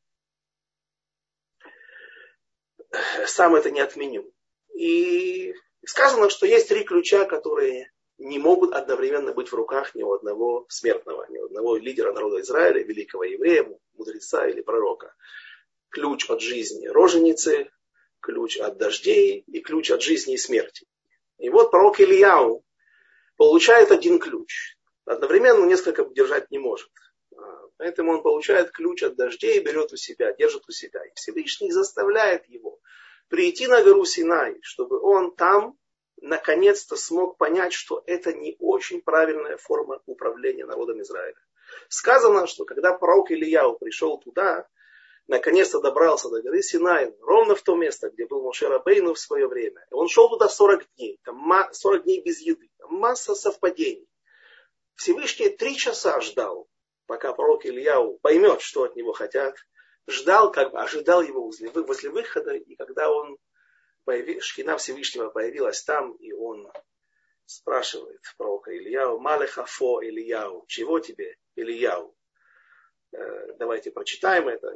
сам это не отменю. И сказано, что есть 3 ключа, которые не могут одновременно быть в руках ни у одного смертного, ни у одного лидера народа Израиля, великого еврея, мудреца или пророка. Ключ от жизни роженицы, ключ от дождей и ключ от жизни и смерти. И вот пророк Илияу получает один ключ. Одновременно несколько держать не может. Поэтому он получает ключ от дождей, берет у себя, держит у себя. И Всевышний заставляет его прийти на гору Синай, чтобы он там наконец-то смог понять, что это не очень правильная форма управления народом Израиля. Сказано, что когда пророк Илияу пришел туда, наконец-то добрался до горы Синай, ровно в то место, где был Моше Рабейну в свое время. Он шел туда 40 дней, там 40 дней без еды, там масса совпадений. Всевышний 3 часа ждал, пока пророк Илияу поймет, что от него хотят. Ждал, как бы ожидал его возле выхода, и когда Шхина Всевышнего появилась там, и он спрашивает пророка Илияу, Малехафо Илияу, чего тебе, Илияу? Давайте прочитаем это.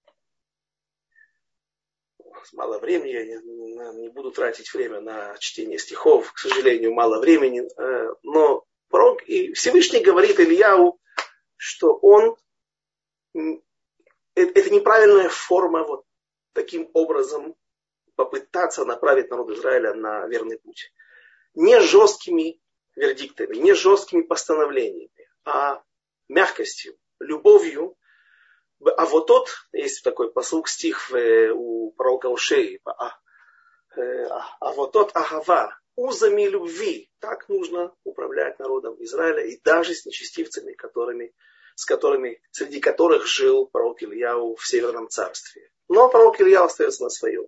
Мало времени, я не буду тратить время на чтение стихов, к сожалению, мало времени. Но пророк и Всевышний говорит Илияу, что это неправильная форма вот таким образом попытаться направить народ Израиля на верный путь. Не жесткими вердиктами, не жесткими постановлениями, а мягкостью, любовью. А вот тот, есть такой послуг, стих у пророка Ошеи, а вот тот Агава, узами любви, так нужно управлять народом Израиля и даже с нечестивцами, среди которых жил пророк Илияу в Северном царстве. Но пророк Илияу остается на своем.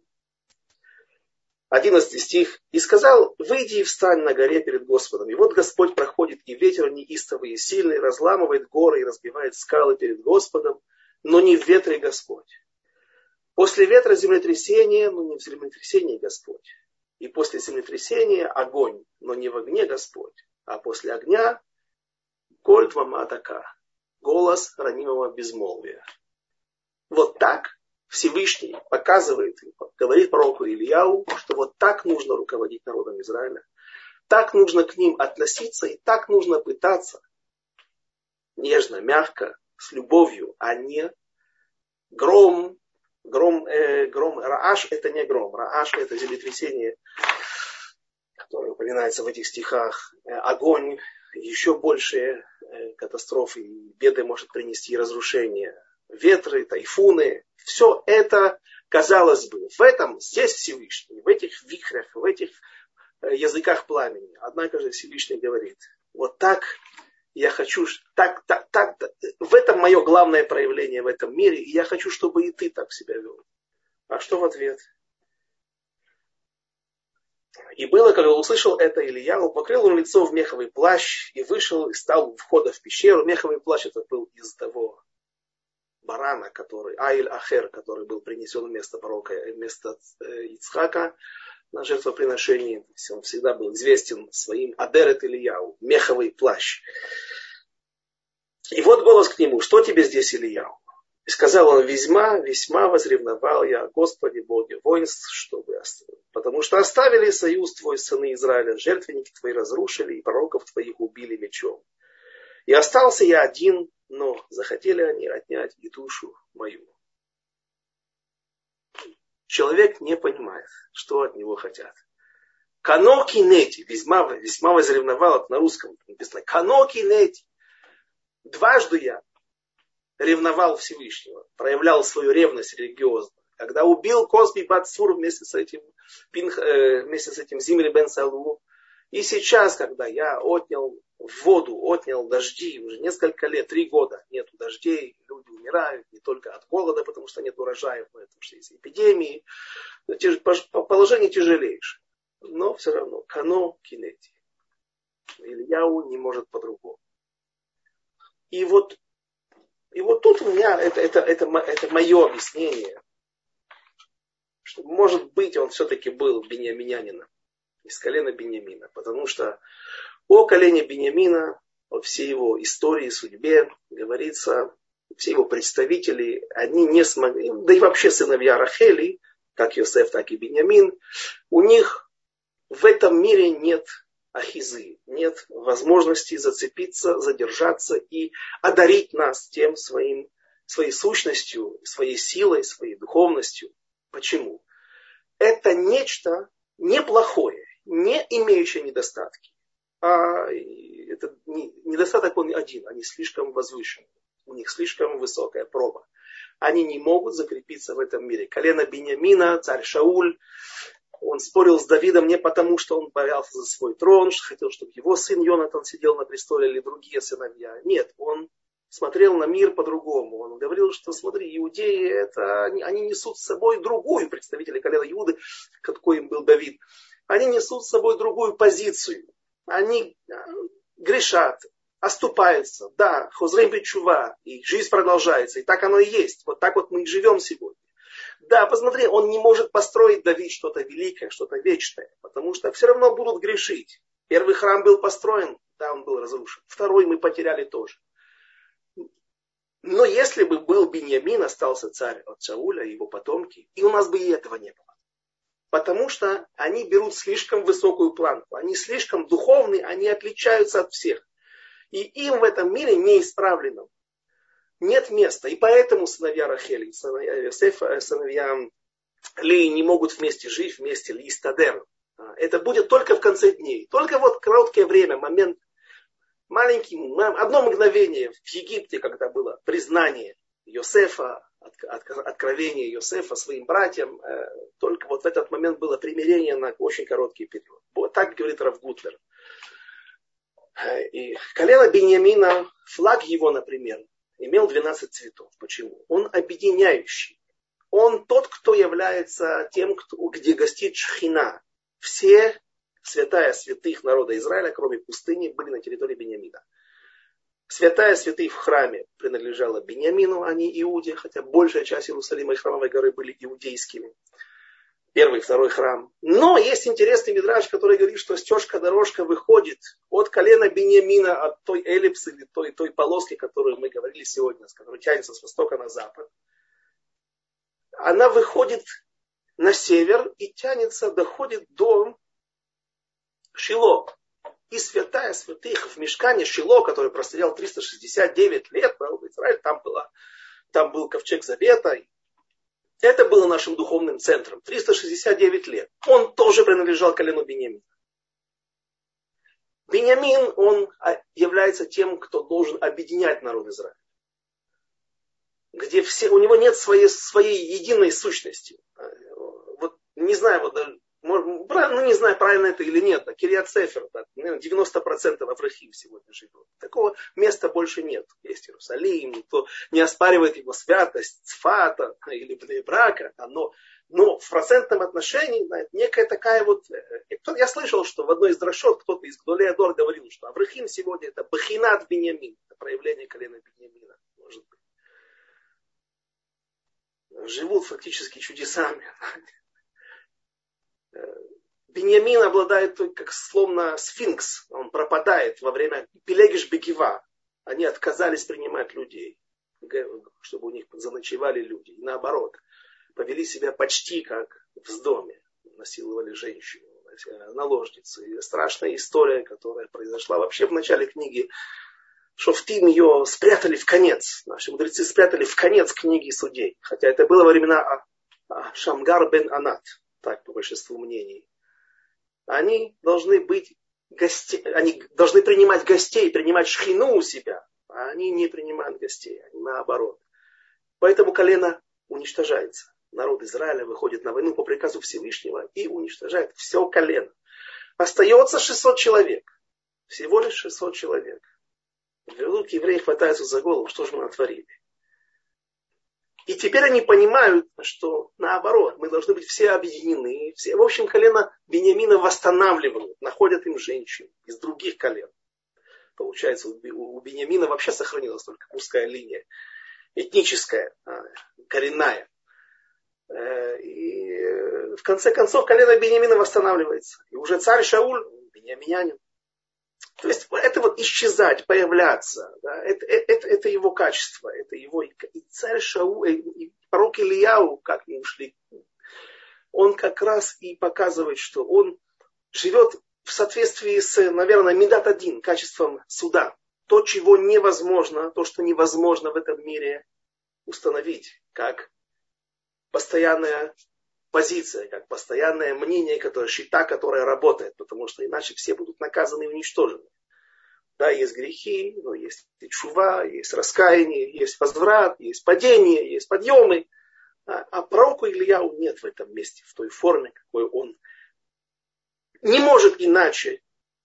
11 стих. «И сказал, выйди и встань на горе перед Господом. И вот Господь проходит, и ветер неистовый и сильный разламывает горы и разбивает скалы перед Господом, но не в ветре Господь. После ветра землетрясение, но не в землетрясении Господь. И после землетрясения огонь, но не в огне Господь. А после огня коль двама атака, голос ранимого безмолвия». Вот так Всевышний показывает, говорит пророку Илияу, что вот так нужно руководить народом Израиля. Так нужно к ним относиться и так нужно пытаться нежно, мягко, с любовью, а не гром. Рааш это не гром. Рааш это землетрясение, которое упоминается в этих стихах. Огонь, еще большие катастрофы и беды может принести разрушение. Ветры, тайфуны, все это, казалось бы, здесь Всевышний, в этих вихрях, в этих языках пламени. Однако же Всевышний говорит, вот так я хочу, в этом мое главное проявление в этом мире, и я хочу, чтобы и ты так себя вел. А что в ответ? И было, когда услышал это Ильяу, покрыл он лицо в меховый плащ и вышел и стал у входа в пещеру. Меховый плащ это был из того барана, который, Айль-Ахер, который был принесен вместо пророка, вместо Ицхака на жертвоприношении. Он всегда был известен своим Адерет Ильяу, меховый плащ. И вот голос к нему, что тебе здесь, Ильяу? И сказал он, весьма, весьма возревновал я, Господи Боге воинств, потому что оставили союз твой, сыны Израиля, жертвенники твои разрушили, и пророков твоих убили мечом. И остался я один, но захотели они отнять и душу мою. Человек не понимает, что от него хотят. Кано кинети, весьма возревновал, это на русском написано, кано кинети. Дважды я ревновал Всевышнего, проявлял свою ревность религиозную. Когда убил Козби Бацур вместе с этим Зимри бен Салу. И сейчас, когда я отнял воду, отнял дожди, уже несколько лет, 3 года нету дождей, люди умирают не только от голода, потому что нет урожаев, но потому что есть эпидемии. Положение тяжелейшее. Но все равно, кано кинети. Ильяу не может по-другому. И вот тут у меня, это мое объяснение, что, может быть, он все-таки был биньяминянином, из колена Биньямина. Потому что о колене Биньямина, о всей его истории, судьбе, говорится, все его представители, они не смогли, да и вообще сыновья Рахели, как Йосеф, так и Биньямин, у них в этом мире нет ахизы, нет возможности зацепиться, задержаться и одарить нас тем своей сущностью, своей силой, своей духовностью. Почему? Это нечто неплохое, не имеющее недостатки. А это недостаток он один, они слишком возвышены, у них слишком высокая проба. Они не могут закрепиться в этом мире. Колено Биньямина, царь Шауль, он спорил с Давидом не потому, что он боялся за свой трон, что хотел, чтобы его сын Йонатан сидел на престоле или другие сыновья. Нет, он смотрел на мир по-другому. Он говорил, что смотри, иудеи, они несут с собой другую, представители колена Иуды, какой им был Давид, они несут с собой другую позицию. Они грешат, оступаются. Да, хозрейм бетшува, и жизнь продолжается. И так оно и есть. Вот так вот мы и живем сегодня. Да, посмотри, он не может построить, Давид, что-то великое, что-то вечное, потому что все равно будут грешить. Первый храм был построен, да, он был разрушен. Второй мы потеряли тоже. Но если бы был Биньямин, остался царь от Шауля, его потомки, и у нас бы и этого не было. Потому что они берут слишком высокую планку, они слишком духовные, они отличаются от всех. И им в этом мире неисправленном нет места. И поэтому сыновья Рахели, сыновья Йосефа, сыновья Леи не могут вместе жить, вместе листадер. Это будет только в конце дней. Только вот короткое время, момент, маленький, одно мгновение в Египте, когда было признание Йосефа, откровение Йосефа своим братьям, только вот в этот момент было примирение на очень короткий период. Вот так говорит Рав Гутлер. И колено Биньямина, флаг его, например, имел 12 цветов. Почему? Он объединяющий. Он тот, кто является тем, где гостит Шхина. Все святая святых народа Израиля, кроме пустыни, были на территории Биньямина. Святая святых в храме принадлежала Биньямину, а не Иуде, хотя большая часть Иерусалима и храмовой горы были иудейскими. Первый, второй храм. Но есть интересный мидраш, который говорит, что стежка-дорожка выходит от колена Биньямина, от той эллипсы или той полоски, которую мы говорили сегодня, которая тянется с востока на запад. Она выходит на север и тянется, доходит до Шило. И святая святых в мишкане Шило, который простоял 369 лет, в Израиле, там был ковчег завета. Это было нашим духовным центром. 369 лет. Он тоже принадлежал колену Биньямина. Биньямин, он является тем, кто должен объединять народ Израиля. Где у него нет своей единой сущности. Вот, не знаю, ну не знаю, правильно это или нет, Кирьят Сефер, да, 90% Аврахим сегодня живет. Такого места больше нет. Есть Иерусалим, никто не оспаривает его святость, Цфата или Бней-Брака, но в процентном отношении, знаете, некая такая вот... Я слышал, что в одной из дрошот кто-то из Гдолей Адор говорил, что Аврахим сегодня это Бахинат Биньямин, это проявление колена Биньямина, может быть. Живут фактически чудесами. Биньямин обладает, как словно сфинкс, он пропадает во время Пелегиш Бегива. Они отказались принимать людей, чтобы у них заночевали люди. И наоборот, повели себя почти как в доме, насиловали женщину, наложницу. И страшная история, которая произошла вообще в начале книги. Шофтим ее спрятали в конец. Наши мудрецы спрятали в конец книги судей. Хотя это было во времена Шамгар бен Анат, так по большинству мнений. Они должны быть они должны принимать гостей, принимать шхину у себя. А они не принимают гостей, они наоборот. Поэтому колено уничтожается. Народ Израиля выходит на войну по приказу Всевышнего и уничтожает все колено. Остается 600 человек. Всего лишь 600 человек. Вдруг евреи хватаются за голову, что же мы натворили. И теперь они понимают, что наоборот, мы должны быть все объединены. Все, в общем, колено Биньямина восстанавливают, находят им женщин из других колен. Получается, у Биньямина вообще сохранилась только мужская линия, этническая, коренная. И в конце концов колено Биньямина восстанавливается. И уже царь Шауль, биньяминянин. То есть это вот исчезать, появляться, да, это его качество, это его и царь Шауль, и пророк Илияу, как мы ушли, он как раз и показывает, что он живет в соответствии с, наверное, Медат один, качеством суда. То, чего невозможно, то, что невозможно в этом мире установить, как постоянная позиция, как постоянное мнение, щита, которое работает, потому что иначе все будут наказаны и уничтожены. Да, есть грехи, но есть тшува, есть раскаяние, есть возврат, есть падение, есть подъемы. А пророку Илияу нет в этом месте, в той форме, какой он не может иначе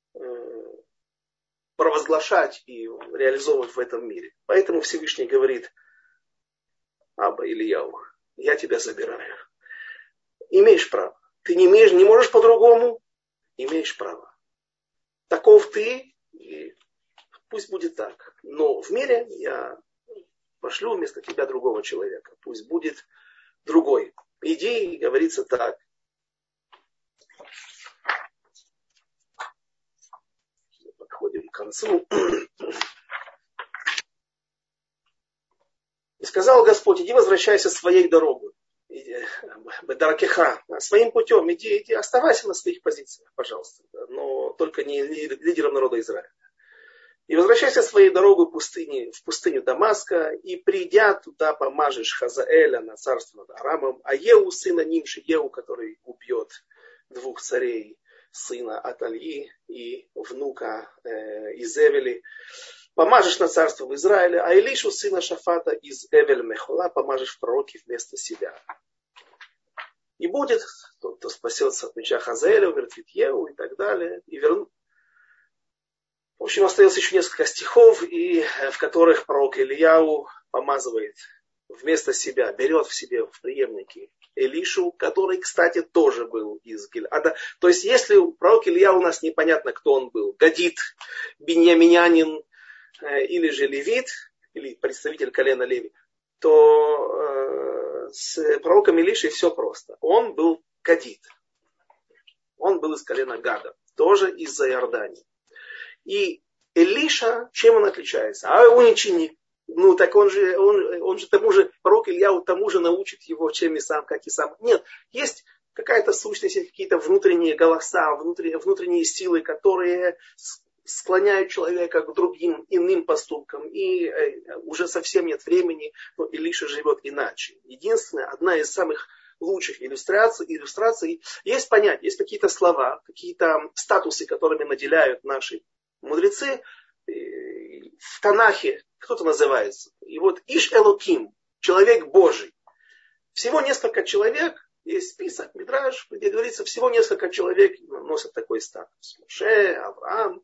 провозглашать и реализовывать в этом мире. Поэтому Всевышний говорит: Аба Илияу, я тебя забираю. Имеешь право. Ты не можешь по-другому, имеешь право. Таков ты, и пусть будет так. Но в мире я пошлю вместо тебя другого человека. Пусть будет другой. Иди, говорится так. Подходим к концу. И сказал Господь: иди, возвращайся своей дорогой. Даракеха, своим путем иди, оставайся на своих позициях, пожалуйста, но только не лидером народа Израиля. И возвращайся своей дорогой в пустыню Дамаска, и придя туда, помажешь Хазаэля на царство над Арамом, а Еу, сына Нимши, Еу, который убьет двух царей, сына Атальи и внука Изевели, помажешь на царство в Израиле, а Илишу, сына Шафата из Эвель-Мехола, помажешь в пророки вместо себя. И будет тот, кто спасется от меча Хазаэля, умертвит Еу и так далее. И вернут. В общем, остается еще несколько стихов, в которых пророк Илияу помазывает вместо себя, берет в себе в преемники Элишу, который, кстати, тоже был из Гильада. То есть, если пророк Илияу у нас непонятно, кто он был, Гадит, биньяминянин или же левит, или представитель колена Леви, то с пророком Илишей все просто. Он был Гадит. Он был из колена Гада, тоже из-за Иордании. И Элиша, чем он отличается? А он ученик. Ну, так он же тому же, пророк Ильяу тому же научит его, чем и сам, как и сам. Нет, есть какая-то сущность, какие-то внутренние голоса, внутренние силы, которые склоняют человека к другим иным поступкам. И уже совсем нет времени, но Элиша живет иначе. Единственное, одна из самых лучших иллюстраций есть понятие, есть какие-то слова, какие-то статусы, которыми наделяют наши мудрецы. В Танахе кто-то называется. И вот Иш Элоким, человек Божий. Всего несколько человек Есть список, мидраш, где говорится, всего несколько человек носят такой статус. Моше, Авраам.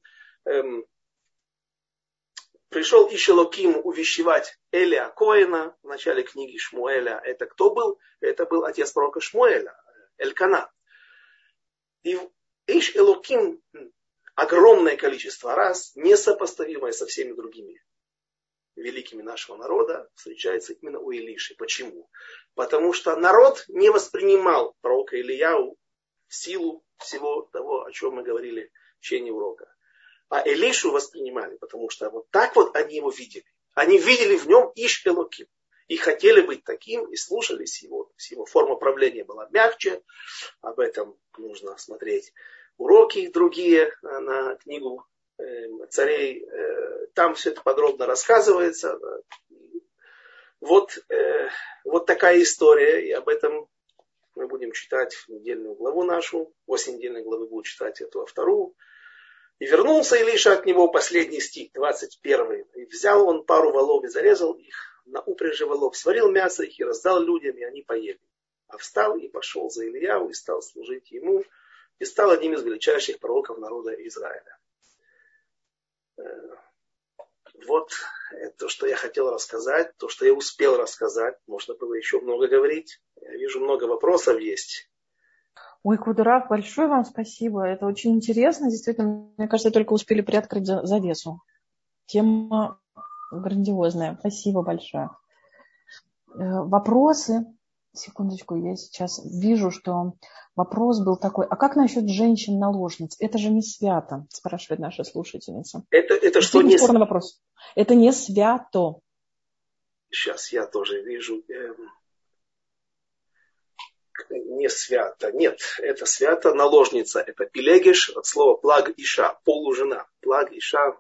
Пришел Иш-Элоким увещевать Элия Коэна в начале книги Шмуэля. Это кто был? Это был отец пророка Шмуэля, Элькана. И Иш-Элоким огромное количество раз, несопоставимое со всеми другими великими нашего народа, встречается именно у Илиши. Почему? Потому что народ не воспринимал пророка Илияу в силу всего того, о чем мы говорили в течение урока. А Илишу воспринимали, потому что вот так вот они его видели. Они видели в нем Иш-Элоким. И хотели быть таким, и слушались его. Его форма правления была мягче. Об этом нужно смотреть уроки другие на книгу царей. Там все это подробно рассказывается. Вот такая история. И об этом мы будем читать в недельную главу нашу. 8 недельной главы будут читать эту, а вторую. И вернулся Илиша от него, последний стих, 21. И взял он пару волов и зарезал их на упряжи волов, сварил мясо их и раздал людям, и они поели. А встал и пошел за Илияу, и стал служить ему, и стал одним из величайших пророков народа Израиля. Вот то, что я хотел рассказать, то, что я успел рассказать. Можно было еще много говорить. Я вижу, много вопросов есть. Ой, Квадрат, большое вам спасибо. Это очень интересно. Действительно, мне кажется, только успели приоткрыть завесу. Тема грандиозная. Спасибо большое. Вопросы. Секундочку, я сейчас вижу, что вопрос был такой. А как насчет женщин-наложниц? Это же не свято, спрашивает наша слушательница. Это что не спорный вопрос. Это не свято. Сейчас я тоже вижу. Не свято. Нет, это свято наложница. Это пилегиш от слова плаг иша, полужена. Плаг иша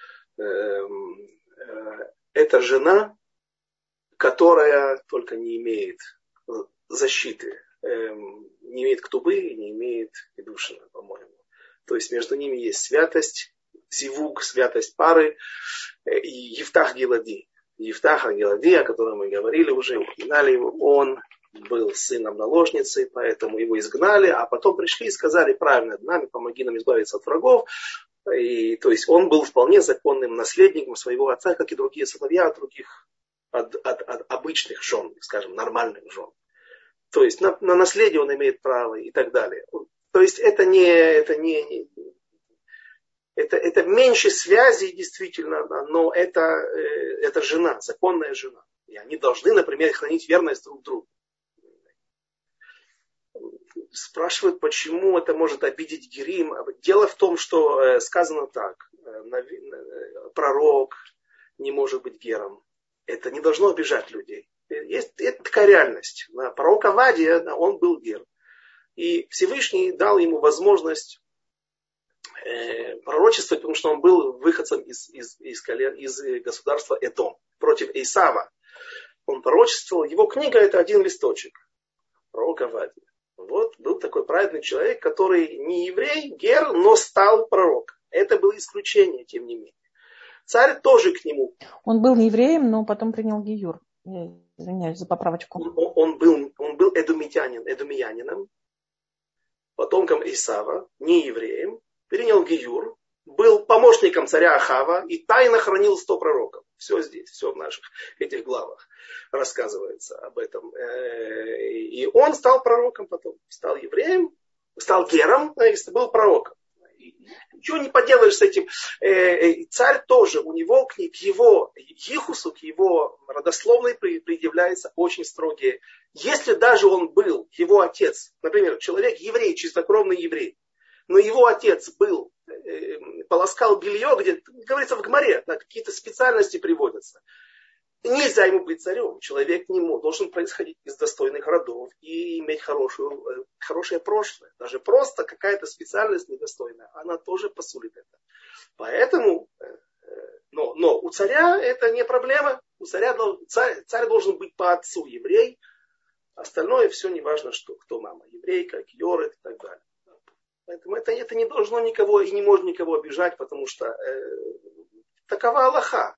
это жена, которая только не имеет защиты, не имеет ктубы и не имеет кедушина, по-моему. То есть между ними есть святость, зивук, святость пары и Ефтах Гилади. Ефтаха Гилади, о котором мы говорили уже, упоминали его, он был сыном наложницы, поэтому его изгнали, а потом пришли и сказали, правильно, нами помоги нам избавиться от врагов. И, то есть он был вполне законным наследником своего отца, как и другие сыновья от других, от обычных жен, скажем, нормальных жен. То есть на наследие он имеет право и так далее. То есть это меньше связи действительно, но это жена, законная жена. И они должны, например, хранить верность друг другу. Спрашивают, почему это может обидеть герим. Дело в том, что сказано так. Пророк не может быть гером. Это не должно обижать людей. Это такая реальность. Пророк Авадия, он был гер. И Всевышний дал ему возможность пророчествовать, потому что он был выходцем из государства Эдом против Эйсава. Он пророчествовал. Его книга это один листочек. Пророк Авадия. Вот был такой праведный человек, который не еврей, гер, но стал пророком. Это было исключение, тем не менее. Царь тоже к нему. Он был евреем, но потом принял гиюр. Я извиняюсь за поправочку. Он был эдомиянином, потомком Исава, не евреем, принял гиюр, был помощником царя Ахава и тайно хранил 100 пророков. Все здесь, все в наших этих главах рассказывается об этом. И он стал пророком потом, стал евреем, стал гером, и был пророком. Ничего не поделаешь с этим. Царь тоже, у него к его Ихусу, к его родословной предъявляются очень строгие. Если даже он был, его отец, например, человек еврей, чистокровный еврей, но его отец был, полоскал белье, где, говорится в Гмаре, какие-то специальности приводятся. Нельзя ему быть царем. Человек не должен происходить из достойных родов и иметь хорошее прошлое. Даже просто какая-то специальность недостойная, она тоже посулит это. Поэтому, но у царя это не проблема. У царя царь должен быть по отцу еврей. Остальное все не важно, кто мама. Еврейка, киорет и так далее. Поэтому это не должно никого и не может никого обижать, потому что такова Аллаха.